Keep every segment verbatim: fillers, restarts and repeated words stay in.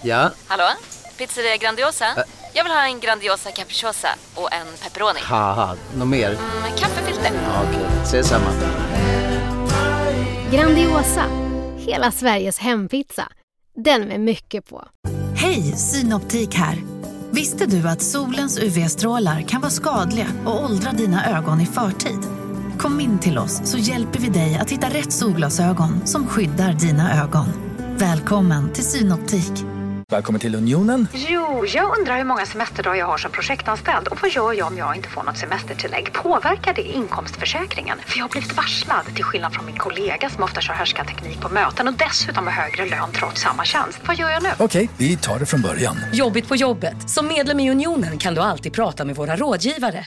Ja? Hallå? Pizzeria Grandiosa? Ä- Jag vill ha en Grandiosa capriciosa och en pepperoni. Haha, något mer? Mm, kaffefilter. Ja, okej, okay. Ses samma. Grandiosa, hela Sveriges hempizza. Den med mycket på. Hej, Synoptik här. Visste du att solens U V-strålar kan vara skadliga och åldra dina ögon i förtid? Kom in till oss så hjälper vi dig att hitta rätt solglasögon som skyddar dina ögon. Välkommen till Synoptik. Välkommen till Unionen. Jo, jag undrar hur många semesterdagar jag har som projektanställd. Och vad gör jag om jag inte får något semestertillägg? Påverkar det inkomstförsäkringen? För jag har blivit varslad, till skillnad från min kollega som ofta kör härskarteknik på möten och dessutom har högre lön trots samma tjänst. Vad gör jag nu? Okej, vi tar det från början. Jobbigt på jobbet. Som medlem i Unionen kan du alltid prata med våra rådgivare.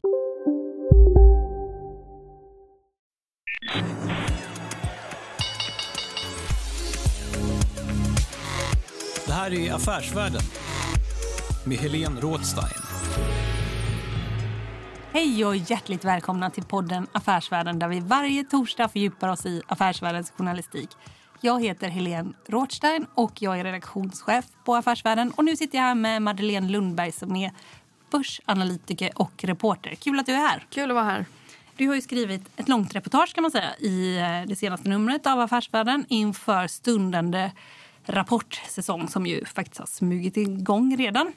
Det här är Affärsvärlden med Helene Rådstein. Hej och hjärtligt välkomna till podden Affärsvärlden där vi varje torsdag fördjupar oss i affärsvärldens journalistik. Jag heter Helene Rådstein och jag är redaktionschef på Affärsvärlden. Och nu sitter jag här med Madeleine Lundberg som är börsanalytiker och reporter. Kul att du är här. Kul att vara här. Du har ju skrivit ett långt reportage kan man säga i det senaste numret av Affärsvärlden inför stundande rapportsäsong som ju faktiskt har smugit igång redan.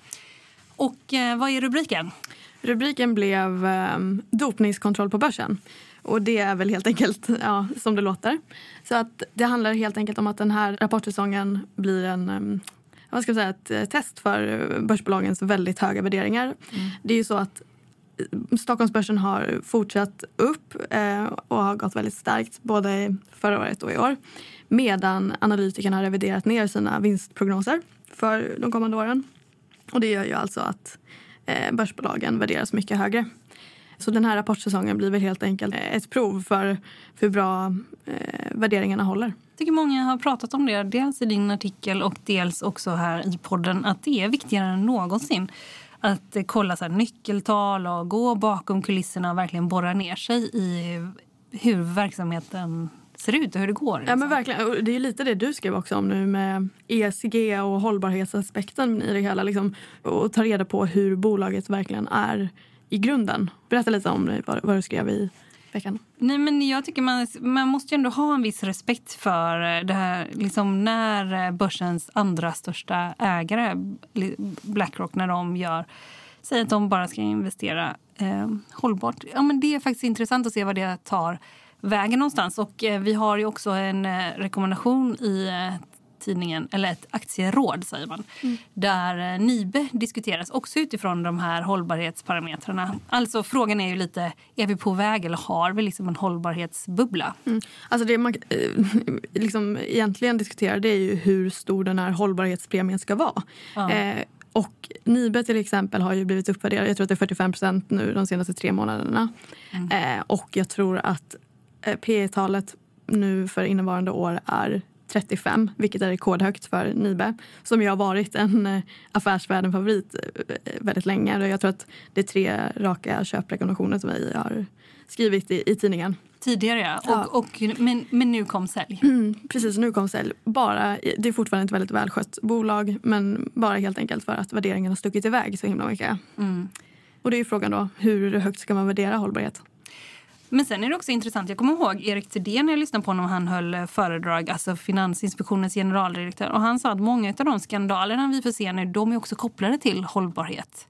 Och eh, vad är rubriken? Rubriken blev eh, dopningskontroll på börsen. Och det är väl helt enkelt ja, som det låter. Så att det handlar helt enkelt om att den här rapportsäsongen blir en, eh, vad ska jag säga, ett test för börsbolagens väldigt höga värderingar. Mm. Det är ju så att Stockholmsbörsen har fortsatt upp eh, och har gått väldigt starkt både förra året och i år. Medan analytikerna har reviderat ner sina vinstprognoser för de kommande åren. Och det gör ju alltså att eh, börsbolagen värderas mycket högre. Så den här rapportsäsongen blir väl helt enkelt ett prov för hur bra eh, värderingarna håller. Jag tycker många har pratat om det, dels i din artikel och dels också här i podden, att det är viktigare än någonsin att eh, kolla så här nyckeltal och gå bakom kulisserna och verkligen borra ner sig i hur verksamheten ser ut och hur det går. Liksom. Ja men verkligen, det är lite det du skrev också om nu med E S G och hållbarhetsaspekten i det hela. Liksom, och ta reda på hur bolaget verkligen är i grunden. Berätta lite om vad, vad du skrev i veckan. Nej men jag tycker man, man måste ju ändå ha en viss respekt för det här. Liksom när börsens andra största ägare, BlackRock, när de gör, säger att de bara ska investera eh, hållbart. Ja men det är faktiskt intressant att se vad det tar vägen någonstans. Och eh, vi har ju också en eh, rekommendation i eh, tidningen, eller ett aktieråd säger man, mm. där eh, Nibe diskuteras också utifrån de här hållbarhetsparametrarna. Alltså frågan är ju lite, är vi på väg eller har vi liksom en hållbarhetsbubbla? Mm. Alltså det man eh, liksom egentligen diskuterar det är ju hur stor den här hållbarhetspremien ska vara. Ja. Eh, och Nibe till exempel har ju blivit uppvärderad, jag tror att det är fyrtiofem procent nu de senaste tre månaderna. Mm. Eh, och jag tror att P E-talet nu för innevarande år är trettiofem, vilket är rekordhögt för Nibe. Som ju har varit en affärsvärlden-favorit väldigt länge. Jag tror att det är tre raka köprekommendationer som vi har skrivit i, i tidningen. Tidigare, ja. ja. Och, och, men, men nu kom sälj. Mm, precis, nu kom sälj. Bara, det är fortfarande ett väldigt välskött bolag, men bara helt enkelt för att värderingen har stuckit iväg så himla mycket. Mm. Och det är ju frågan då, hur högt ska man värdera hållbarhet? Men sen är det också intressant, jag kommer ihåg Erik Thedéen när jag lyssnade på honom, han höll föredrag, alltså Finansinspektionens generaldirektör. Och han sa att många av de skandalerna vi får se nu, de är också kopplade till hållbarhet.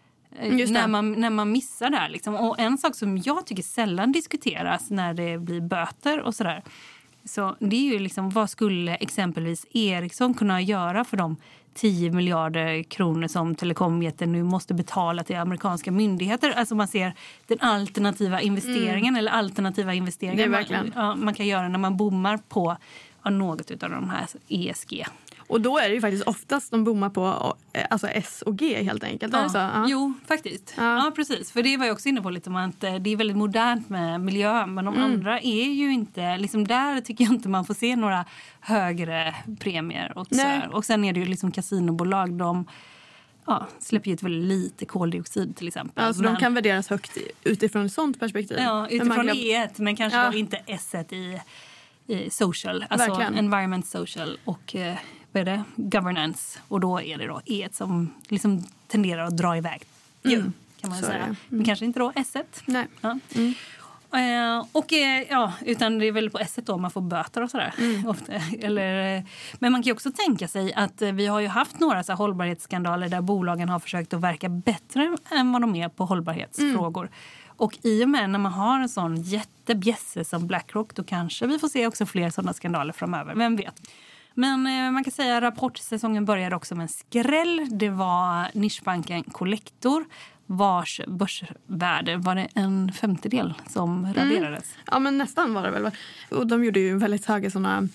När man, när man missar där liksom. Och en sak som jag tycker sällan diskuteras när det blir böter och sådär. Så det är ju liksom, vad skulle exempelvis Ericsson kunna göra för de tio miljarder kronor som telekomjätten nu måste betala till amerikanska myndigheter. Alltså man ser den alternativa investeringen mm. eller alternativa investeringar man, ja, man kan göra när man bommar på ja, något av de här E S G. Och då är det ju faktiskt oftast de bommar på alltså S och G helt enkelt. Ja. Är det så? Ja. Jo, faktiskt. Ja. ja, precis. För det var jag också inne på lite om att det är väldigt modernt med miljö. Men de mm. andra är ju inte, liksom där tycker jag inte man får se några högre premier. Och, så och sen är det ju liksom kasinobolag, de ja, släpper ju ett väldigt lite koldioxid till exempel. Alltså men, de kan värderas högt utifrån ett sånt perspektiv. Ja, utifrån E ett men kanske ja. då inte S ett i, i social. Alltså verkligen. Environment social och eh, vad är det? Governance. Och då är det då E som liksom tenderar att dra iväg. Mm. Jo, kan man säga. Mm. Men kanske inte då S ett. Nej. Ja. Mm. Uh, och uh, ja, utan det är väl på S ett då man får böter och sådär. Mm. Ofta. Eller, uh, men man kan ju också tänka sig att uh, vi har ju haft några så här hållbarhetsskandaler där bolagen har försökt att verka bättre än vad de är på hållbarhetsfrågor. Mm. Och i och med när man har en sån jättebjässe som BlackRock, då kanske vi får se också fler sådana skandaler framöver. Vem vet? Men eh, man kan säga att rapportsäsongen började också med en skräll. Det var nischbanken Collector, vars börsvärde var det en femtedel som raderades. Mm. Ja, men nästan var det väl. Och de gjorde ju väldigt höga sådana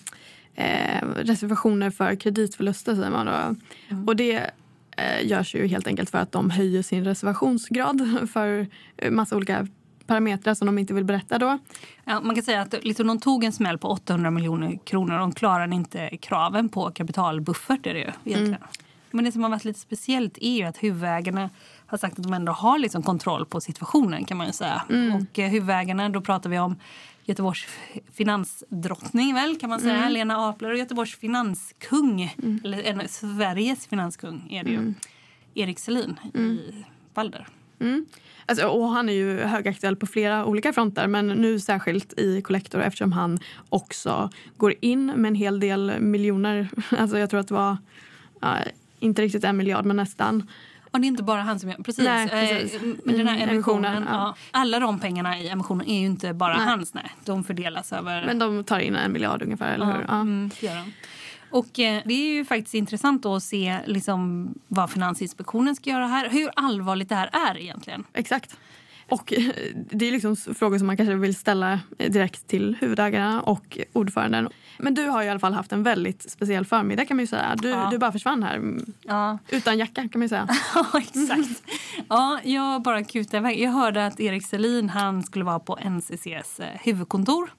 eh, reservationer för kreditförluster, säger man då. Mm. Och det eh, görs ju helt enkelt för att de höjer sin reservationsgrad för massa olika parametrar som de inte vill berätta då. Ja, man kan säga att liksom, de tog en smäll på åttahundra miljoner kronor. De klarar inte kraven på kapitalbuffert, är det ju egentligen. Mm. Men det som har varit lite speciellt är ju att huvudägarna har sagt att de ändå har liksom kontroll på situationen, kan man ju säga. Mm. Och eh, huvudägarna, då pratar vi om Göteborgs finansdrottning, väl, kan man säga. Mm. Lena Apler och Göteborgs finanskung. Mm. Eller en, Sveriges finanskung är det ju. Mm. Erik Selin mm. i Balder. Mm. Alltså, och han är ju högaktuell på flera olika fronter, men nu särskilt i Collector eftersom han också går in med en hel del miljoner. Alltså jag tror att det var ja, inte riktigt en miljard, men nästan. Och det är inte bara han som gör. Precis. Nej, precis. Eh, men den här emissionen, emissionen ja. Ja, alla de pengarna i emissionen är ju inte bara nej. hans. Nej. De fördelas över... Men de tar in en miljard ungefär, eller ja, hur? Ja, mm, gör de. Och eh, det är ju faktiskt intressant att se liksom, vad Finansinspektionen ska göra här. Hur allvarligt det här är egentligen. Exakt. Och det är liksom frågor som man kanske vill ställa direkt till huvudägarna och ordföranden. Men du har i alla fall haft en väldigt speciell förmiddag, kan man ju säga. Du, ja. du bara försvann här. Ja. Utan jacka, kan man ju säga. Ja, exakt. Ja, jag bara kutade iväg. Jag hörde att Erik Selin, han skulle vara på N C C:s huvudkontor.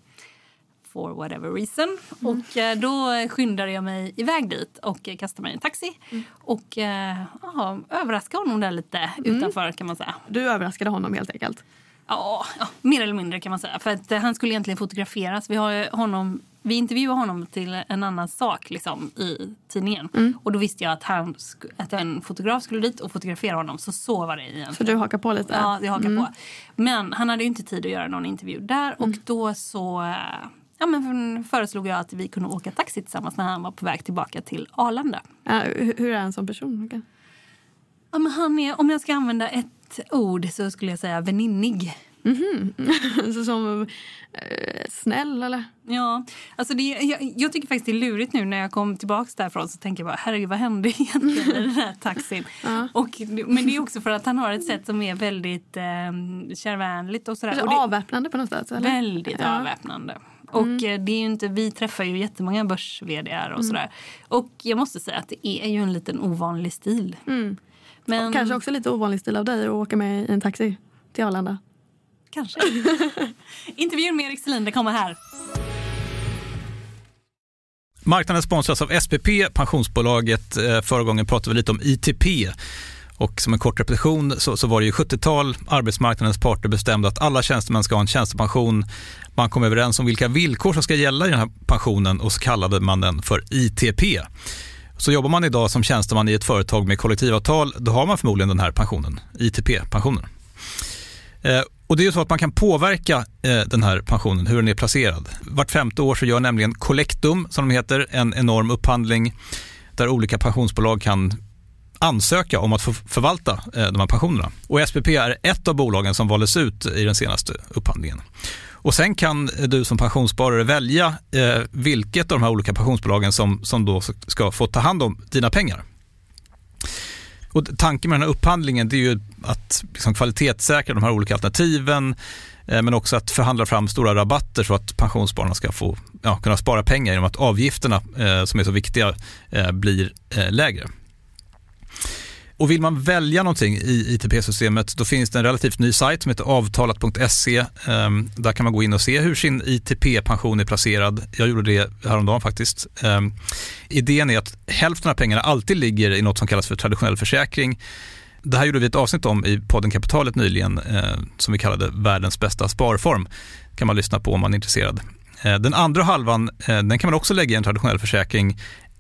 For whatever reason. Mm. Och eh, då skyndade jag mig iväg dit och eh, kastade mig i en taxi. Mm. Och eh, aha, överraskade honom där lite mm. utanför, kan man säga. Du överraskade honom helt enkelt? Ja, ja, mer eller mindre kan man säga. För att eh, han skulle egentligen fotograferas. Vi har honom... Vi intervjuade honom till en annan sak liksom, i tidningen. Mm. Och då visste jag att, han, att en fotograf skulle dit och fotografera honom. Så så var det egentligen. Så du hakar på lite? Ja, jag hakar mm. på. Men han hade ju inte tid att göra någon intervju där. Och mm. då så... Ja, men föreslog jag att vi kunde åka taxi tillsammans när han var på väg tillbaka till Arlanda. Ja, hur är han som person? Okay. Ja, men han är, om jag ska använda ett ord så skulle jag säga väninnig. Mm-hmm. Så som eh, snäll, eller? Ja, alltså det, jag, jag tycker faktiskt det är lurigt nu när jag kom tillbaka därifrån, så tänker jag bara, herregud, vad hände egentligen i den här taxin? Uh-huh. Och, men det är också för att han har ett sätt som är väldigt eh, kärvänligt och sådär. Och det, avväpnande på något sätt, eller? Väldigt ja. avväpnande. Och mm. det är ju inte, vi träffar ju jättemånga börs-vd:ar och mm. sådär. Och jag måste säga att det är ju en liten ovanlig stil. Mm. Men... Och kanske också lite ovanlig stil av dig att åka med i en taxi till Arlanda. Kanske. Intervjun med Erik Selin, det kommer här. Marknaden sponsras av S P P, pensionsbolaget. Förra gången pratade vi lite om I T P. Och som en kort repetition så, så var det ju sjuttiotal. Arbetsmarknadens parter bestämde att alla tjänstemän ska ha en tjänstepension. Man kom överens om vilka villkor som ska gälla i den här pensionen och så kallade man den för I T P. Så jobbar man idag som tjänsteman i ett företag med kollektivavtal, då har man förmodligen den här pensionen, I T P-pensionen. Eh, och det är ju så att man kan påverka eh, den här pensionen, hur den är placerad. Vart femte år så gör nämligen Collectum, som de heter, en enorm upphandling där olika pensionsbolag kan ansöka om att få förvalta eh, de här pensionerna. Och S P P är ett av bolagen som valdes ut i den senaste upphandlingen. Och sen kan du som pensionssparare välja eh, vilket av de här olika pensionsbolagen som, som då ska få ta hand om dina pengar. Och tanken med den här upphandlingen, det är ju att liksom kvalitetssäkra de här olika alternativen, eh, men också att förhandla fram stora rabatter så att pensionsspararna ska få ja, kunna spara pengar genom att avgifterna eh, som är så viktiga eh, blir eh, lägre. Och vill man välja någonting i I T P-systemet, då finns det en relativt ny sajt som heter avtalat punkt se. Um, där kan man gå in och se hur sin I T P-pension är placerad. Jag gjorde det häromdagen faktiskt. Um, idén är att hälften av pengarna alltid ligger i något som kallas för traditionell försäkring. Det här gjorde vi ett avsnitt om i podden Kapitalet nyligen eh, som vi kallade världens bästa sparform. Kan man lyssna på om man är intresserad. Eh, den andra halvan eh, den kan man också lägga i en traditionell försäkring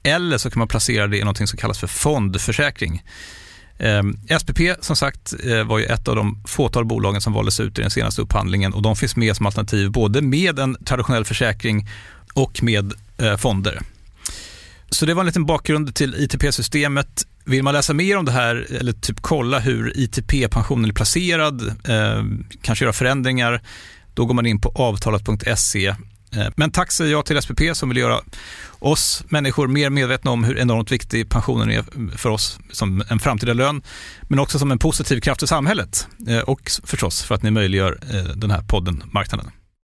eller så kan man placera det i något som kallas för fondförsäkring. S P P som sagt var ju ett av de fåtal bolagen som valdes ut i den senaste upphandlingen, och de finns med som alternativ både med en traditionell försäkring och med fonder. Så det var en liten bakgrund till I T P-systemet. Vill man läsa mer om det här eller typ kolla hur I T P-pensionen är placerad, eh, kanske göra förändringar, då går man in på avtalet punkt se. Eh, men tack säger jag till S P P som vill göra oss människor mer medvetna om hur enormt viktig pensionen är för oss som en framtida lön, men också som en positiv kraft i samhället. Eh, och förstås för att ni möjliggör eh, den här podden Marknaden.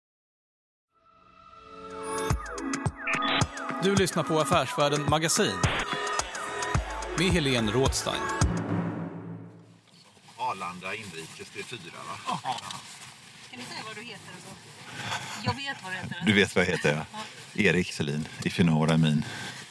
Du lyssnar på Affärsvärlden Magasin med Helene Rådstein. Arlanda inrikes, det är fyra, va? Ja. Kan du säga vad du heter? Så? Jag vet vad du heter. Du vet vad jag heter, ja. Ja. Erik Selin, if you know what I mean.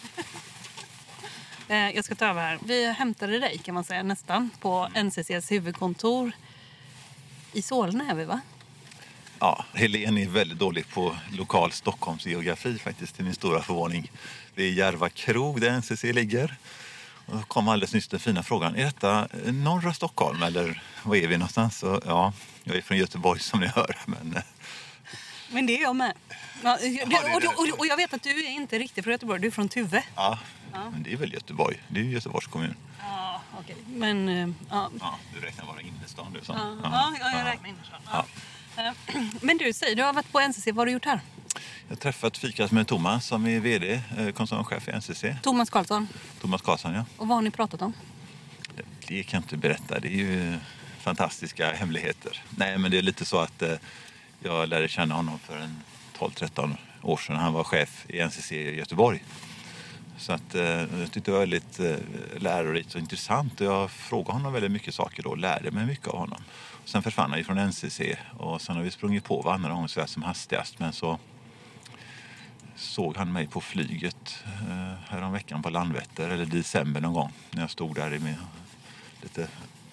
Jag ska ta över här. Vi hämtade dig, kan man säga, nästan på N C C:s huvudkontor i Solna, är vi, va? Ja, Helene är väldigt dålig på lokal Stockholmsgeografi faktiskt, till min stora förvåning. Det är Järva krog där N C C ligger. Och då kom alldeles nyss den fina frågan, är detta norra Stockholm eller var är vi någonstans? Så, ja, jag är från Göteborg som ni hör. Men, men det är jag med. Ja, och, och, och jag vet att du är inte riktigt från Göteborg, du är från Tuve. Ja, ja. Men det är väl Göteborg, det är ju Göteborgs kommun. Ja, okej. Okay. Men, ja. Ja, du räknar bara innerstan du. Så. Ja, ja, ja, jag räknar innerstan. Ja. Ja. Men du, säger du har varit på N C C, vad har du gjort här? Jag har träffat fikat med Thomas som är vd, koncernchef i N C C. Thomas Karlsson? Thomas Karlsson, ja. Och vad har ni pratat om? Det, det kan jag inte berätta, det är ju fantastiska hemligheter. Nej, men det är lite så att eh, jag lärde känna honom för en tolv tretton år sedan. Han var chef i N C C i Göteborg. Så att, eh, jag tyckte det var väldigt eh, lärorikt och intressant. Och jag frågade honom väldigt mycket saker då och lärde mig mycket av honom. Och sen försvann han från N C C och sen har vi sprungit på varandra någon gång så som hastigast. Men så såg han mig på flyget eh, här om veckan på Landvetter, eller december någon gång, när jag stod där i min lite,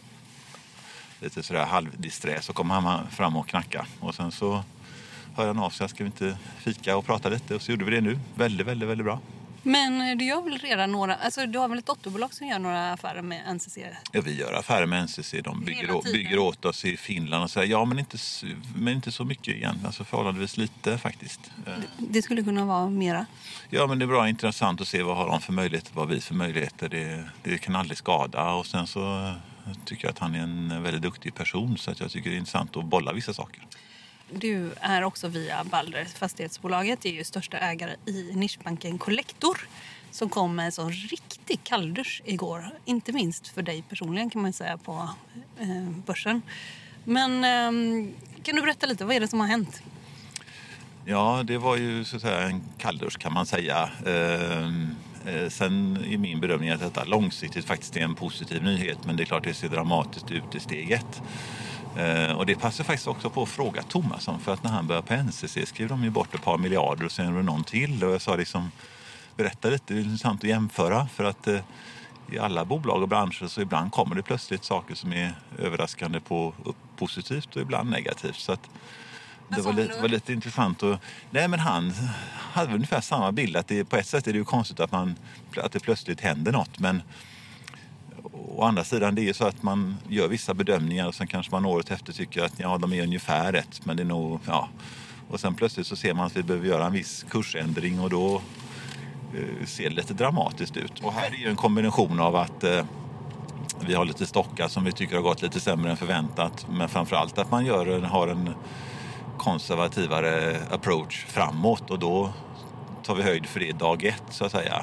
lite sådär halvdisträ, så kom han fram och knacka. Och sen så hörde han av sig, ska vi inte fika och prata lite, och så gjorde vi det nu. Väldigt, väldigt, väldigt bra. Men du gör väl redan några, alltså du har väl ett dotterbolag som gör några affärer med N C C? Ja, vi gör affärer med N C C. De bygger, bygger åt oss i Finland och säger ja, men inte, men inte så mycket igen. Alltså förhållandevis lite faktiskt. Det, det skulle kunna vara mera? Ja, men det är bra intressant att se vad har de för möjligheter, vad vi för möjligheter. Det, det kan aldrig skada. Och sen så tycker jag att han är en väldigt duktig person, så att jag tycker det är intressant att bolla vissa saker. Du är också via Balder fastighetsbolaget, det är ju största ägare i nischbanken Collector, som kom med en sån riktig kalldusch igår. Inte minst för dig personligen, kan man säga, på eh, börsen. Men eh, kan du berätta lite, vad är det som har hänt? Ja, det var ju så att säga en kalldusch, kan man säga. Eh, eh, sen är min bedömning att detta långsiktigt faktiskt är en positiv nyhet, men det är klart det ser dramatiskt ut i steget. Uh, och det passar faktiskt också på att fråga Thomas om, för att när han började på N C C skrev de ju bort ett par miljarder och sen var det någon till, och jag sa liksom, berätta lite, det är intressant att jämföra, för att uh, i alla bolag och branscher så ibland kommer det plötsligt saker som är överraskande på positivt och ibland negativt, så att det var lite, var lite intressant. Och, nej, men han hade ungefär samma bild, att det, på ett sätt är det ju konstigt att, man, att det plötsligt händer något, men å andra sidan, det är så att man gör vissa bedömningar och sen kanske man året efter tycker att ja, de är ungefär rätt, men det är nog, ja. Och sen plötsligt så ser man att vi behöver göra en viss kursändring och då eh, ser det lite dramatiskt ut. Och här är ju en kombination av att eh, vi har lite stockar som vi tycker har gått lite sämre än förväntat, men framförallt att man gör en, har en konservativare approach framåt, och då tar vi höjd för det dag ett, så att säga.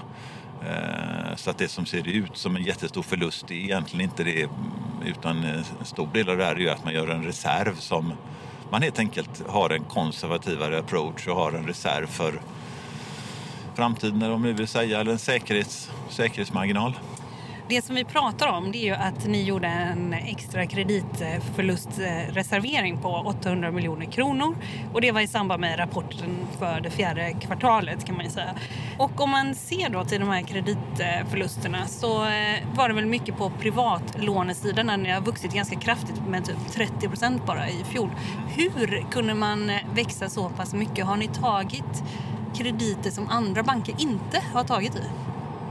Så att det som ser ut som en jättestor förlust är egentligen inte det, utan en stor del av det här är ju att man gör en reserv som man helt enkelt har en konservativare approach och har en reserv för framtiden, om ni vill säga, eller en säkerhets, säkerhetsmarginal. Det som vi pratar om, det är ju att ni gjorde en extra kreditförlustreservering på åttahundra miljoner kronor. Och det var i samband med rapporten för det fjärde kvartalet, kan man ju säga. Och om man ser då till de här kreditförlusterna, så var det väl mycket på privatlånesidan när ni har vuxit ganska kraftigt med typ trettio procent bara i fjol. Hur kunde man växa så pass mycket? Har ni tagit krediter som andra banker inte har tagit i?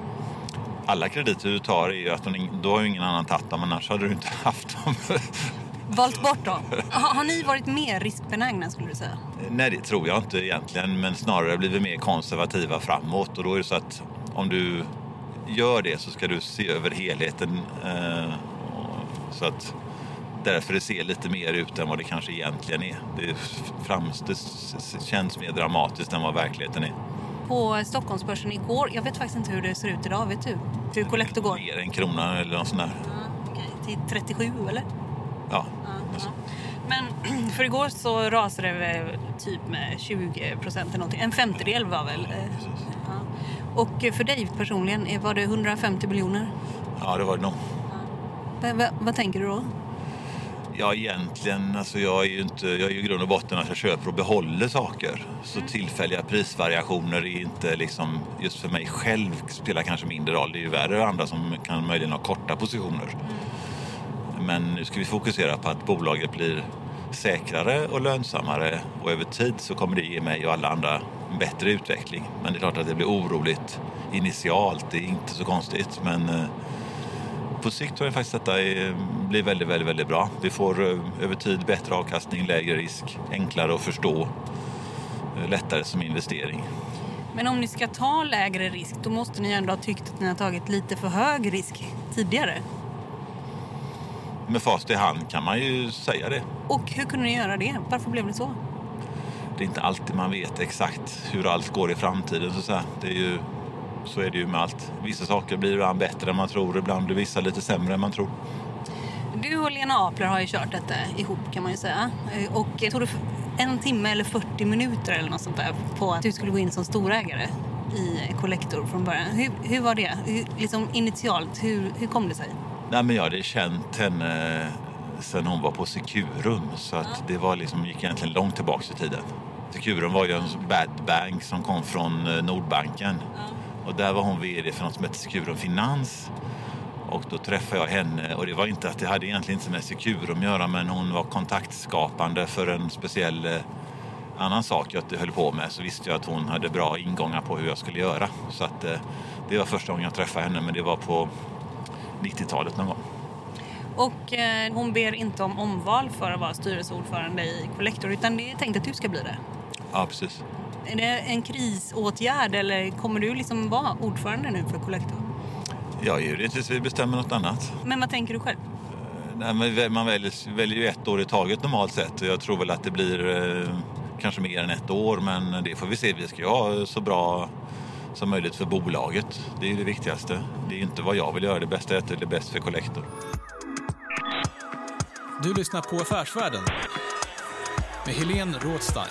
alla krediter du tar är ju att de, då har ju ingen annan tagit dem, annars hade du inte haft dem. Valt bort dem. Har, har ni varit mer riskbenägna skulle du säga? Nej, det tror jag inte egentligen, men snarare blivit mer konservativa framåt. Och då är det så att om du gör det så ska du se över helheten. Eh, så att därför det ser lite mer ut än vad det kanske egentligen är. Det, framst, det känns mer dramatiskt än vad verkligheten är. På Stockholmsbörsen igår, jag vet faktiskt inte hur det ser ut idag, vet du? Hur Collector går? Mer än krona eller något sånt där. Ja, okej. Till trettiosju eller? Ja. ja, ja. Men för igår så rasade det typ med tjugo procent eller någonting. En femtedel var väl. Ja. Och för dig personligen, var det hundrafemtio miljoner? Ja, det var det nog. Ja. Va, va, vad tänker du då? Ja, egentligen, alltså jag är ju inte, jag är ju i grund och botten att jag köper och behåller saker. Så mm. tillfälliga prisvariationer är inte liksom, just för mig själv spelar kanske mindre roll. Det är ju värre andra som kan möjligen ha korta positioner. Mm. Men nu ska vi fokusera på att bolaget blir säkrare och lönsammare. Och över tid så kommer det ge mig och alla andra en bättre utveckling. Men det är klart att det blir oroligt initialt, det är inte så konstigt. Men på sikt tror jag faktiskt att det blir väldigt, väldigt, väldigt bra. Vi får över tid bättre avkastning, lägre risk, enklare att förstå, lättare som investering. Men om ni ska ta lägre risk, då måste ni ändå ha tyckt att ni har tagit lite för hög risk tidigare. Med fast i hand kan man ju säga det. Och hur kunde ni göra det? Varför blev det så? Det är inte alltid man vet exakt hur allt går i framtiden. Så, så, här. Det är ju, så är det ju med allt. Vissa saker blir ibland bättre än man tror. Ibland blir vissa lite sämre än man tror. Du och Lena Apler har ju kört detta ihop kan man ju säga. Och jag tror det en timme eller fyrtio minuter eller något sånt där på att du skulle gå in som storägare i Collector från början. Hur, hur var det? Hur, liksom initialt, hur, hur kom det sig? Nej, men jag hade känt henne sen hon var på Securum. Så att ja. det var liksom, gick egentligen långt tillbaka i tiden. Securum var ju en bad bank som kom från Nordbanken. Ja. Och där var hon vd för något som heter Securum Finans. Och då träffade jag henne. Och det var inte att det hade egentligen inte med Securum att göra. Men hon var kontaktskapande för en speciell eh, annan sak jag höll på med. Så visste jag att hon hade bra ingångar på hur jag skulle göra. Så att eh, det var första gången jag träffade henne. Men det var på nittiotalet någon gång. Och eh, hon ber inte om omval för att vara styrelseordförande i Collector. Utan det är tänkt att du ska bli det. Ja, precis. Är det en krisåtgärd eller kommer du liksom vara ordförande nu för Collector? Jag gör det tills vi bestämmer något annat. Men vad tänker du själv? Nej, men man väljer, väljer ju ett år i taget normalt sett. Jag tror väl att det blir eh, kanske mer än ett år. Men det får vi se. Vi ska ju ha så bra som möjligt för bolaget. Det är det viktigaste. Det är inte vad jag vill göra. Det bästa är att det är bäst för Collector. Du lyssnar på Affärsvärlden med Helene Rådstein.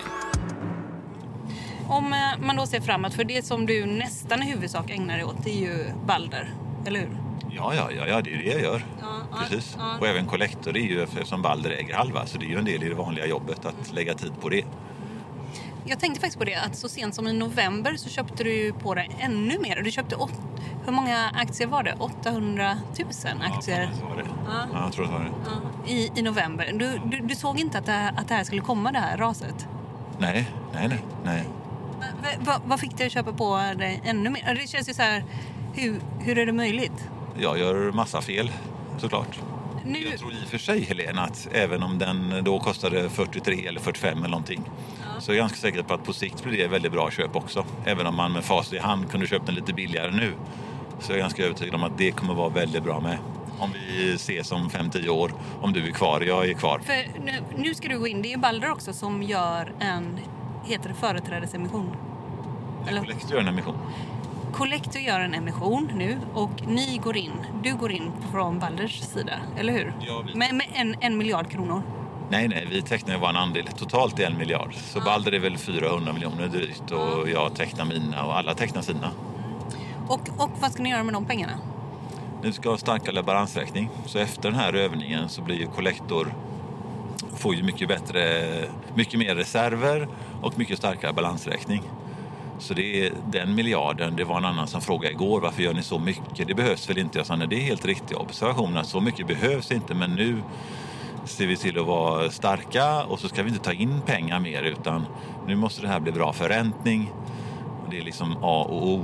Om man då ser framåt, för det som du nästan i huvudsak ägnar dig åt, det är ju Balder, eller hur? Ja, ja, ja, ja det är det jag gör. Ja, precis. Ja. Och även Collector, det är ju eftersom Balder äger halva, så det är ju en del i det vanliga jobbet att lägga tid på det. Jag tänkte faktiskt på det, att så sent som i november så köpte du på dig ännu mer. Du köpte, åt, hur många aktier var det? åttahundratusen aktier? Ja, så var det. Ja. Ja, jag tror det var det. Ja. I, I november. Du, du, du såg inte att det, här, att det här skulle komma, det här raset? Nej, nej, nej. nej. Vad, vad fick du att köpa på dig ännu mer? Det känns ju så här, hur, hur är det möjligt? Jag gör massa fel, såklart. Nu... Jag tror i och för sig, Helena, att även om den då kostade fyrtiotre eller fyrtiofem eller någonting, ja. så är jag ganska säker på att på sikt blir det väldigt bra köp också. Även om man med fas i hand kunde köpa den lite billigare nu, så är jag ganska övertygad om att det kommer vara väldigt bra med. Om vi ses om fem till tio år, om du är kvar, jag är kvar. För nu, nu ska du gå in, det är Balder också som gör en, heter det företrädesemission? Eller? Collector gör en emission. Collector gör en emission nu och ni går in, du går in från Balders sida, eller hur? Ja, vi... med, med en, en miljard kronor. Nej, nej, vi tecknar bara en andel. Totalt är en miljard. Så ja. Balder är väl fyrahundra miljoner drygt och jag tecknar mina och alla tecknar sina. Och, och vad ska ni göra med de pengarna? Nu ska ha starkare balansräkning. Så efter den här övningen så blir ju Collector, får ju mycket bättre, mycket mer reserver och mycket starkare balansräkning. Så det är den miljarden, det var en annan som frågade igår, varför gör ni så mycket? Det behövs väl inte? Jag sa, nej, det är helt riktig observation att så mycket behövs inte, men nu ser vi till att vara starka och så ska vi inte ta in pengar mer, utan nu måste det här bli bra förräntning. Det är liksom A och O.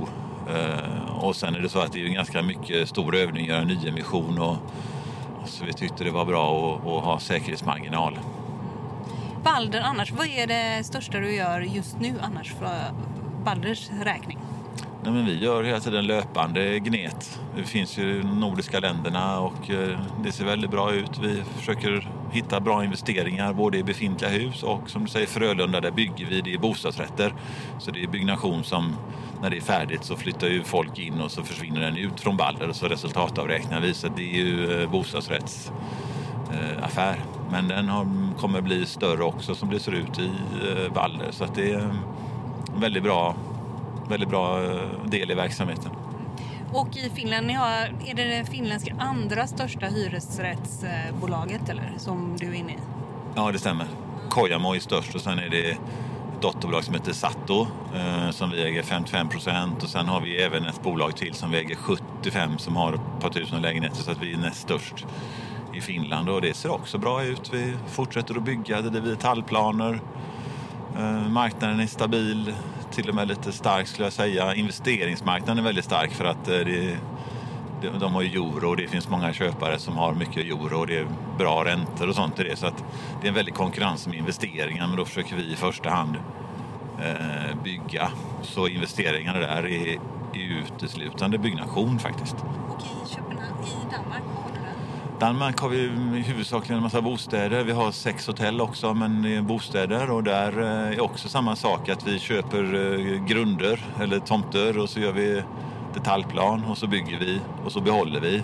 Och sen är det så att det är en ganska mycket stor övning att göra en nyemission och, och så vi tyckte det var bra att, att ha säkerhetsmarginal. Balder annars, vad är det största du gör just nu annars för Balders räkning? Nej, men vi gör hela tiden löpande gnet. Det finns ju de nordiska länderna och det ser väldigt bra ut. Vi försöker hitta bra investeringar både i befintliga hus och som du säger Frölunda, där bygger vi det i bostadsrätter. Så det är byggnation som när det är färdigt så flyttar ju folk in och så försvinner den ut från Balder och så resultatavräkningar visar att det är ju bostadsrättsaffär. Men den har, kommer bli större också som det ser ut i Balder, så att det är en väldigt bra väldigt bra del i verksamheten. Och i Finland, ni har, är det det finländska andra största hyresrättsbolaget eller, som du är inne i? Ja, det stämmer. Kojamo är störst och sen är det ett dotterbolag som heter Sato eh, som vi äger femtiofem procent och sen har vi även ett bolag till som vi äger sjuttiofem som har ett par tusen lägenheter, så att vi är näst störst i Finland och det ser också bra ut. Vi fortsätter att bygga, det är vi detaljplaner. Eh, marknaden är stabil. Till och med lite stark skulle jag säga. Investeringsmarknaden är väldigt stark för att det, de har ju euro och det finns många köpare som har mycket euro och det är bra räntor och sånt i det. Så att det är en väldig konkurrens om investeringar, men då försöker vi i första hand eh, bygga. Så investeringarna där är, är uteslutande byggnation faktiskt. Och i Köpenhamn, i Danmark, vad har du där? Danmark har vi huvudsakligen en massa bostäder. Vi har sex hotell också, men bostäder. Och där är också samma sak, att vi köper grunder eller tomter och så gör vi detaljplan och så bygger vi och så behåller vi.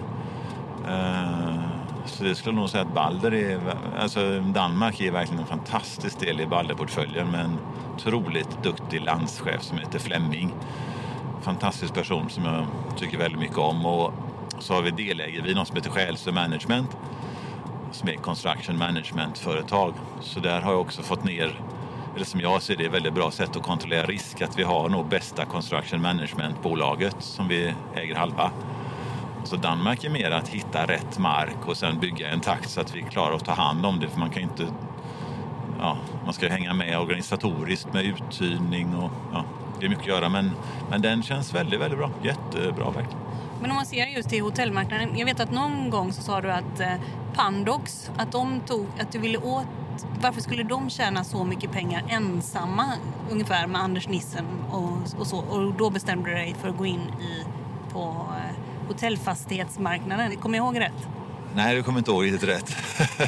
Så det skulle nog säga att Balder är, alltså Danmark är verkligen en fantastisk del i Balder-portföljen med en otroligt duktig landschef som heter Flemming. Fantastisk person som jag tycker väldigt mycket om. Och så har vi delägare vid något som heter Själsö Management som är construction management-företag. Så där har jag också fått ner, eller som jag ser det, är ett väldigt bra sätt att kontrollera risk, att vi har nog bästa construction management-bolaget som vi äger halva. Så Danmark är mer att hitta rätt mark och sen bygga en takt så att vi klarar att ta hand om det, för man kan inte, ja, man ska hänga med organisatoriskt med uthyrning och ja, det är mycket att göra, men, men den känns väldigt, väldigt bra, jättebra verkligen. Men om man ser just till hotellmarknaden, jag vet att någon gång så sa du att eh, Pandox, att de tog, att du ville åt, varför skulle de tjäna så mycket pengar ensamma ungefär med Anders Nissen och, och så, och då bestämde du dig för att gå in i på eh, hotellfastighetsmarknaden, kommer jag ihåg rätt? Nej, det kommer inte ihåg riktigt rätt.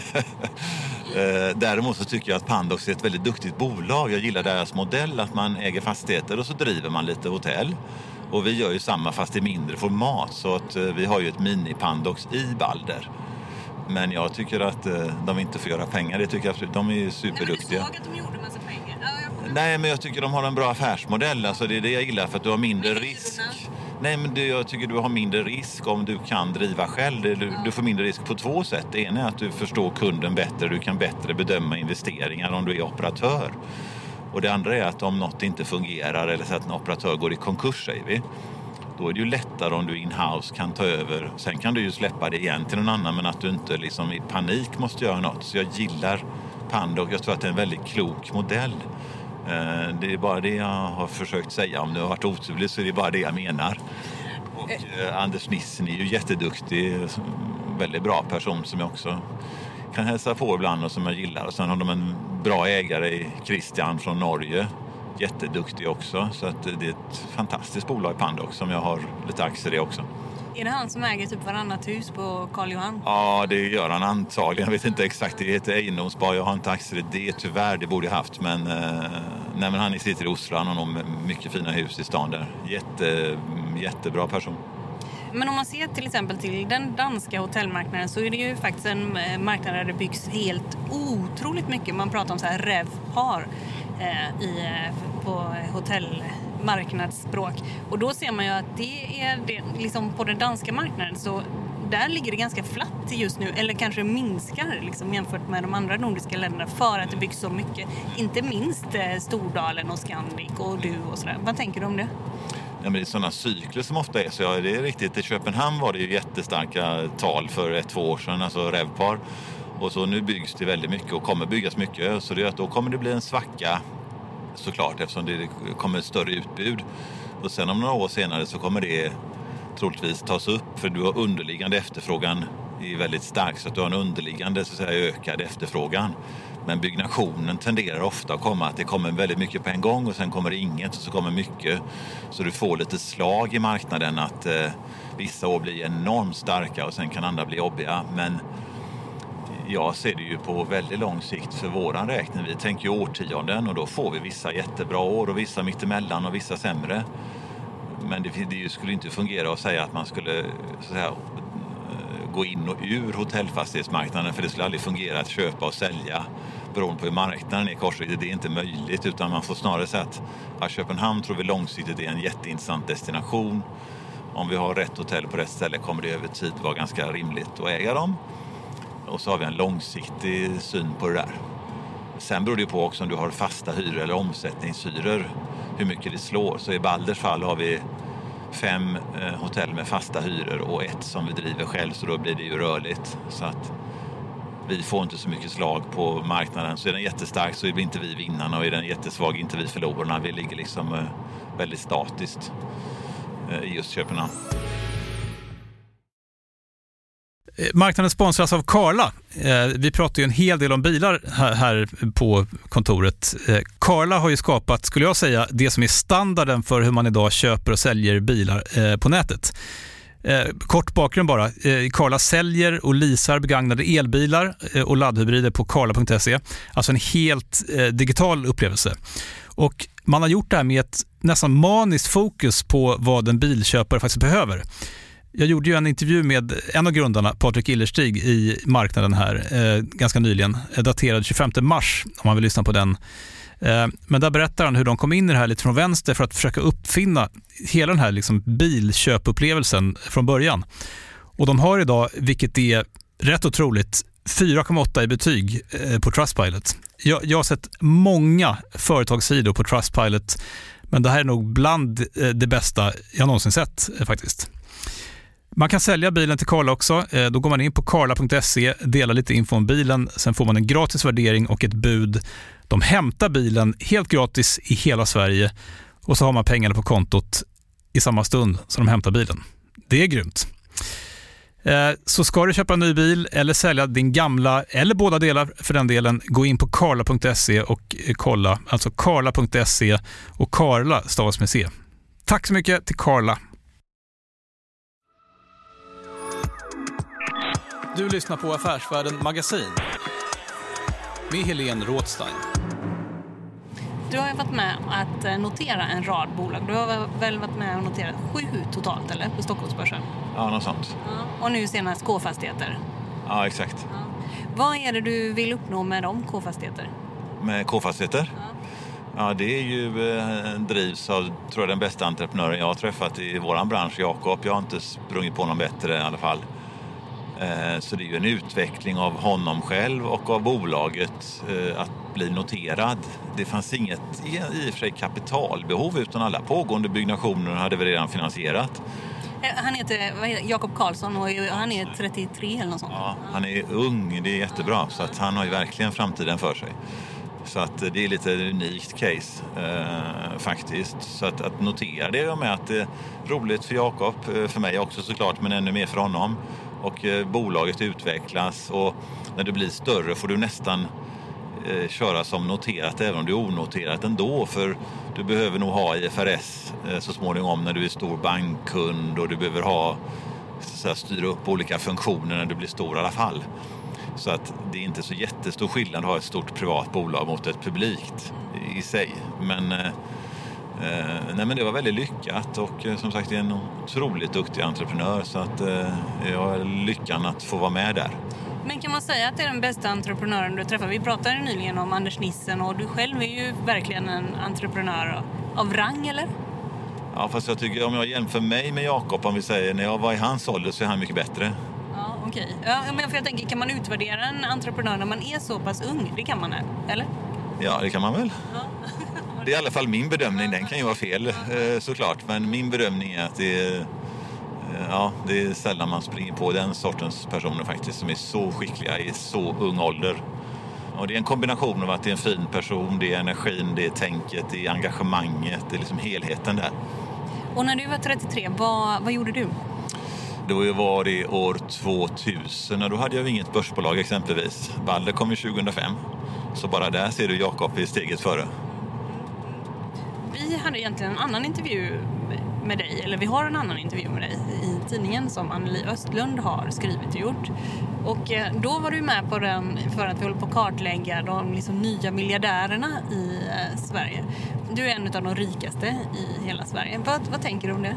Däremot så tycker jag att Pandox är ett väldigt duktigt bolag. Jag gillar deras modell att man äger fastigheter och så driver man lite hotell. Och vi gör ju samma fast i mindre format, så att vi har ju ett mini-Pandox i Balder. Men jag tycker att de inte får göra pengar, det tycker jag absolut. De är ju superduktiga. Nej, men du såg att de gjorde massa pengar. Ja, jag Nej, men jag tycker de har en bra affärsmodell. Alltså det är det jag gillar, för att du har mindre risk. Nej, men det, jag tycker du har mindre risk om du kan driva själv. Du, du får mindre risk på två sätt. Det ena är att du förstår kunden bättre. Du kan bättre bedöma investeringar om du är operatör. Och det andra är att om något inte fungerar eller så att en operatör går i konkurs, säger vi, då är det ju lättare om du in-house kan ta över. Sen kan du ju släppa det igen till någon annan, men att du inte liksom i panik måste göra något. Så jag gillar Pandox. Jag tror att det är en väldigt klok modell. Det är bara det jag har försökt säga. Om det har varit otydligt så är det bara det jag menar. Och eh, Anders Nissen är ju jätteduktig, väldigt bra person som jag också kan hälsa på ibland och som jag gillar. Och sen har de en bra ägare i Christian från Norge, jätteduktig också. Så att det är ett fantastiskt bolag, Pandox, som jag har lite aktier i också. Är det han som äger typ varannat hus på Karl Johan? Ja, det gör han antagligen. Jag vet inte exakt, det heter egendomsspar. Jag har inte aktier i det, tyvärr. Det borde jag haft. Men, eh, nej, men han sitter i Oslo. Han har nog mycket fina hus i stan där. Jätte, jättebra person. Men om man ser till exempel till den danska hotellmarknaden så är det ju faktiskt en marknad där det byggs helt otroligt mycket. Man pratar om så här revpar eh, i, på hotellmarknadsspråk. Och då ser man ju att det är det, liksom på den danska marknaden så där ligger det ganska flatt just nu, eller kanske minskar liksom, jämfört med de andra nordiska länderna för att det byggs så mycket. Inte minst eh, Stordalen och Scandic och du och sådär. Vad tänker du om det? Ja, men det är sådana cykler som ofta är. Så ja, det är riktigt. I Köpenhamn var det ju jättestarka tal för ett, två år sedan, alltså revpar. Och så nu byggs det väldigt mycket och kommer byggas mycket. Så det är att då kommer det bli en svacka såklart eftersom det kommer ett större utbud. Och sen om några år senare så kommer det troligtvis tas upp, för du har underliggande efterfrågan är väldigt stark, så att du har en underliggande så att säga, ökad efterfrågan. Men byggnationen tenderar ofta att komma att det kommer väldigt mycket på en gång och sen kommer det inget och så kommer mycket. Så du får lite slag i marknaden att eh, vissa år blir enormt starka och sen kan andra bli jobbiga. Men jag ser det ju på väldigt lång sikt för våran räkning. Vi tänker ju årtionden och då får vi vissa jättebra år och vissa mittemellan och vissa sämre. Men det, det skulle inte fungera att säga att man skulle så att säga, gå in och ur hotellfastighetsmarknaden, för det skulle aldrig fungera att köpa och sälja beroende på hur marknaden är korsriktigt. Det är inte möjligt, utan man får snarare säga att, att Köpenhamn tror vi långsiktigt är en jätteintressant destination. Om vi har rätt hotell på rätt ställe kommer det över tid vara ganska rimligt att äga dem. Och så har vi en långsiktig syn på det där. Sen beror det på också om du har fasta hyror eller omsättningshyror, hur mycket det slår. Så i Balders fall har vi fem eh, hotell med fasta hyror och ett som vi driver själv, så då blir det ju rörligt. Så att vi får inte så mycket slag på marknaden. Så är den jättestark så blir inte vi vinnarna, och är den jättesvag inte vi förlorarna. Vi ligger liksom eh, väldigt statiskt eh, i just Köpenhamn. Marknaden sponsras av Carla. Vi pratar ju en hel del om bilar här på kontoret. Carla har ju skapat, skulle jag säga, det som är standarden för hur man idag köper och säljer bilar på nätet. Kort bakgrund bara. Carla säljer och leasar begagnade elbilar och laddhybrider på carla punkt se. Alltså en helt digital upplevelse. Och man har gjort det här med ett nästan maniskt fokus på vad en bilköpare faktiskt behöver. Jag gjorde ju en intervju med en av grundarna, Patrik Illerstig, i marknaden här eh, ganska nyligen, daterad tjugofemte mars, om man vill lyssna på den. Eh, men där berättar han hur de kom in i det här lite från vänster för att försöka uppfinna hela den här liksom bilköpupplevelsen från början. Och de har idag, vilket är rätt otroligt, fyra komma åtta i betyg eh, på Trustpilot. Jag, jag har sett många företagssidor på Trustpilot, men det här är nog bland eh, det bästa jag någonsin sett eh, faktiskt. Man kan sälja bilen till Carla också. Då går man in på carla punkt se, delar lite info om bilen. Sen får man en gratis värdering och ett bud. De hämtar bilen helt gratis i hela Sverige. Och så har man pengarna på kontot i samma stund som de hämtar bilen. Det är grymt. Så ska du köpa en ny bil eller sälja din gamla, eller båda delar för den delen, gå in på carla punkt se och kolla. Alltså carla punkt se, och Carla stavas med C. Tack så mycket till Carla. Du lyssnar på Affärsvärlden Magasin med Helene Rådstein. Du har ju varit med att notera en rad bolag. Du har väl varit med och noterat sju totalt, eller? På Stockholmsbörsen. Ja, något sånt. Ja. Och nu senast K-fastigheter. Ja, exakt. Ja. Vad är det du vill uppnå med de K-fastigheter? Med K-fastigheter? Ja. Ja, det är ju eh, drivs av, tror jag, den bästa entreprenören jag har träffat i våran bransch, Jakob. Jag har inte sprungit på någon bättre i alla fall. Så det är ju en utveckling av honom själv och av bolaget att bli noterad. Det fanns inget i och för sig kapitalbehov, utan alla pågående byggnationer hade vi redan finansierat. Han heter, vad heter Jakob Karlsson och han är trettiotre eller något sånt. Ja, han är ung, det är jättebra, så att han har ju verkligen framtiden för sig. Så att det är lite unikt case eh, faktiskt. Så att, att notera det med att det är roligt för Jakob, för mig också såklart, men ännu mer för honom. Och eh, bolaget utvecklas, och när du blir större får du nästan eh, köra som noterat även om du är onoterat ändå, för du behöver nog ha I F R S eh, så småningom när du är stor bankkund, och du behöver ha så här, styra upp olika funktioner när du blir stor i alla fall. Så att det är inte så jättestor skillnad att ha ett stort privat bolag mot ett publikt i sig. Men, eh, nej, men det var väldigt lyckat, och eh, som sagt, det är en otroligt duktig entreprenör, så att eh, jag har lyckan att få vara med där. Men kan man säga att det är den bästa entreprenören du träffar? Vi pratade nyligen om Anders Nissen, och du själv är ju verkligen en entreprenör av rang, eller? Ja, fast jag tycker, om jag jämför mig med Jakob, om vi säger, när jag var i hans ålder, så är han mycket bättre. Ja, okej. Okay. Ja, men för jag tänker, kan man utvärdera en entreprenör när man är så pass ung? Det kan man, eller? Ja, det kan man väl. Ja. Det är i alla fall min bedömning. Den kan ju vara fel, såklart. Men min bedömning är att det är, ja, det är sällan man springer på den sortens personer faktiskt, som är så skickliga i så ung ålder. Och det är en kombination av att det är en fin person, det är energin, det är tänket, det är engagemanget, det är liksom helheten där. Och när du var trettiotre, vad, vad gjorde du? Då var det år tvåtusen och då hade jag inget börsbolag exempelvis. Balder kom ju tjugohundrafem. Så bara där ser du Jakob i steget före. Vi hade egentligen en annan intervju med dig, eller vi har en annan intervju med dig i tidningen som Anneli Östlund har skrivit och gjort. Och då var du med på den för att vi håller på att kartlägga de liksom nya miljardärerna i Sverige. Du är en av de rikaste i hela Sverige. Vad, vad tänker du om det?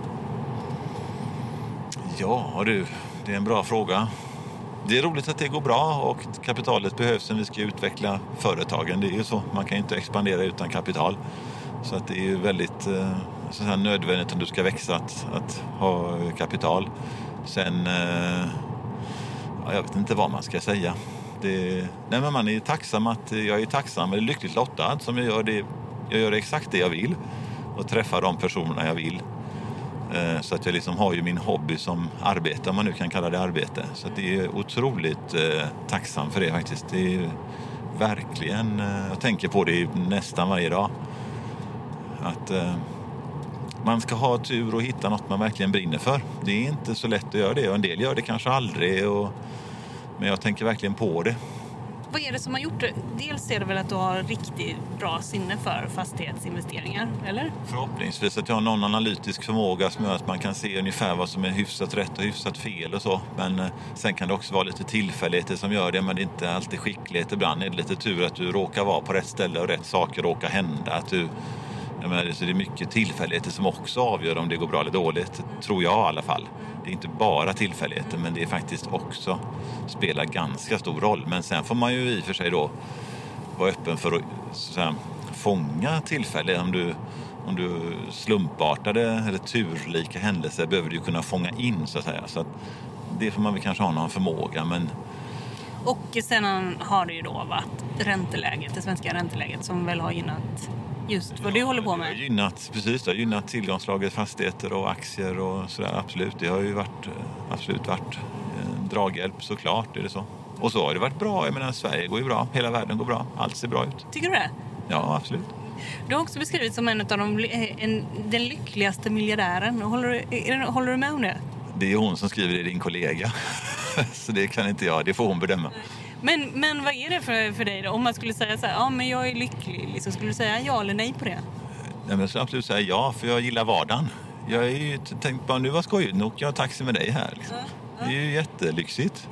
Ja du, det är en bra fråga. Det är roligt att det går bra och kapitalet behövs när vi ska utveckla företagen. Det är ju så, man kan ju inte expandera utan kapital. Så att det är ju väldigt eh, så här nödvändigt om du ska växa att, att ha kapital. Sen, eh, ja, jag vet inte vad man ska säga. Det, nej men man är tacksam att, jag är tacksam eller lyckligt lottad som jag gör det. Jag gör exakt det jag vill och träffar de personerna jag vill. Eh, så att jag liksom har ju min hobby som arbete, om man nu kan kalla det arbete. Så att det är otroligt eh, tacksam för det faktiskt. Det är verkligen, eh, jag tänker på det nästan varje dag. Att eh, man ska ha tur och hitta något man verkligen brinner för. Det är inte så lätt att göra det och en del gör det kanske aldrig. Och, men jag tänker verkligen på det. Vad är det som har gjort det? Dels är det väl att du har riktigt bra sinne för fastighetsinvesteringar, eller? Förhoppningsvis att jag har någon analytisk förmåga som gör att man kan se ungefär vad som är hyfsat rätt och hyfsat fel och så. Men eh, sen kan det också vara lite tillfälligheter som gör det, men det är inte alltid skicklighet. Ibland är det lite tur att du råkar vara på rätt ställe och rätt saker råkar hända. Att du, jag menar, så det är mycket tillfälligheter som också avgör om det går bra eller dåligt, tror jag i alla fall. Det är inte bara tillfälligheter, men det är faktiskt också spelar ganska stor roll. Men sen får man ju i och för sig då vara öppen för att så att säga, fånga tillfällen. Om du, om du slumpartade eller turlika händelser behöver du kunna fånga in så att säga. Så att det får man väl kanske ha någon förmåga. Men... Och sen har det ju då varit ränteläget, det svenska ränteläget som väl har gynnat just vad du håller på med. Det har gynnat, precis, det har gynnat tillgångslaget, fastigheter och aktier och sådär, absolut. Det har ju varit, absolut varit en draghjälp, såklart är det så. Och så har det varit bra, jag menar Sverige går ju bra, hela världen går bra, allt ser bra ut. Tycker du det? Ja, absolut. Du har också beskrivit som en av de, en, den lyckligaste miljardären. Håller du, håller du med om det? Det är hon som skriver det, din kollega. Så det kan inte jag, det får hon bedöma. Men, men vad är det för, för dig då? Om man skulle säga så här, ja men jag är lycklig, liksom, skulle du säga ja eller nej på det? Nej, men jag skulle absolut säga ja, för jag gillar vardagen. Jag är ju tänkt bara, nu var skojigt, nu åker jag taxi med dig här. Liksom. Ja, ja. Det är ju jättelyxigt.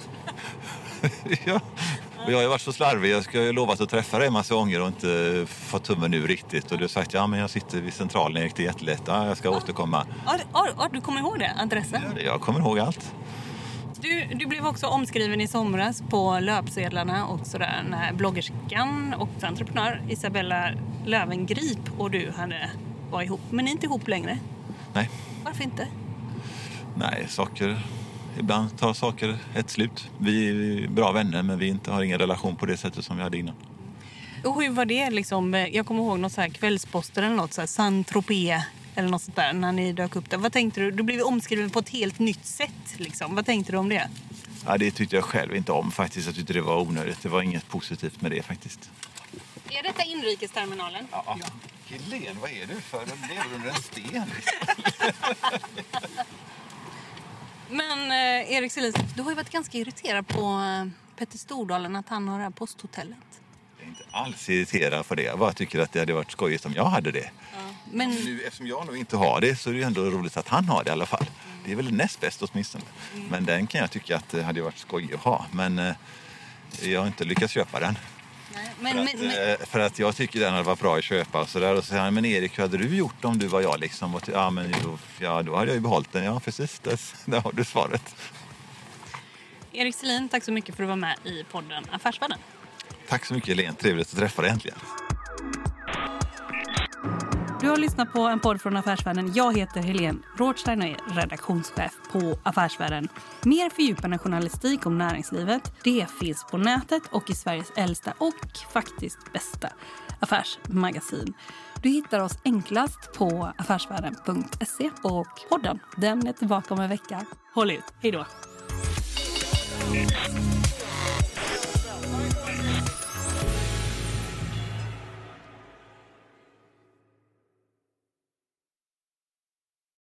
Mm. Ja. Och jag har varit så slarvig, jag ska ju lovat att träffa dig en massa gånger och inte få tummen nu riktigt. Och du har sagt, ja men jag sitter vid centralen, jag gick till jättelätt, ja, jag ska ja. återkomma. Ja, ja, ja, du kommer ihåg det, adressen? Ja, jag kommer ihåg allt. Du, du blev också omskriven i somras på löpsedlarna och sådär när bloggerskan och entreprenör Isabella Löwengrip och du hade varit ihop. Men ni är inte ihop längre? Nej. Varför inte? Nej, saker... Ibland tar saker ett slut. Vi är bra vänner men vi inte har ingen relation på det sättet som vi hade innan. Och hur var det liksom? Jag kommer ihåg något så här Kvällsposten eller något så här Saint-Tropez eller något sånt där när ni dök upp där. Vad tänkte du? Du blev omskriven på ett helt nytt sätt liksom. Vad tänkte du om det? Ja, det tyckte jag själv inte om faktiskt. Jag tyckte det var onödigt. Det var inget positivt med det faktiskt. Är detta inrikesterminalen? Ja. ja. Helene, vad är du för? Du lever under en sten. Men eh, Erik Selin, du har ju varit ganska irriterad på eh, Petter Stordalen att han har det här posthotellet. Jag är inte alls irriterad för det. Jag bara tycker att det hade varit skojigt om jag hade det. Ja, men... nu, eftersom jag nog inte har det så är det ju ändå roligt att han har det i alla fall. Mm. Det är väl näst bäst åtminstone. Mm. Men den kan jag tycka att det hade varit skoj att ha. Men eh, jag har inte lyckats köpa den. Nej, men, för, att, men, men... för att jag tycker den hade varit bra att köpa och så där. Och så säger han, men Erik, hur hade du gjort om du var jag liksom? Och ja, men då, ja, då hade jag ju behållit den. Ja, precis. Det, där har du svaret. Erik Selin, tack så mycket för att du var med i podden Affärsvärlden. Tack så mycket, Helene. Trevligt att träffa dig äntligen. Du har lyssnat på en podd från Affärsvärlden. Jag heter Helene Rådstein och är redaktionschef på Affärsvärlden. Mer fördjupande journalistik om näringslivet, det finns på nätet och i Sveriges äldsta och faktiskt bästa affärsmagasin. Du hittar oss enklast på affärsvärlden punkt se och podden, den är tillbaka om en vecka. Håll ut, hej då!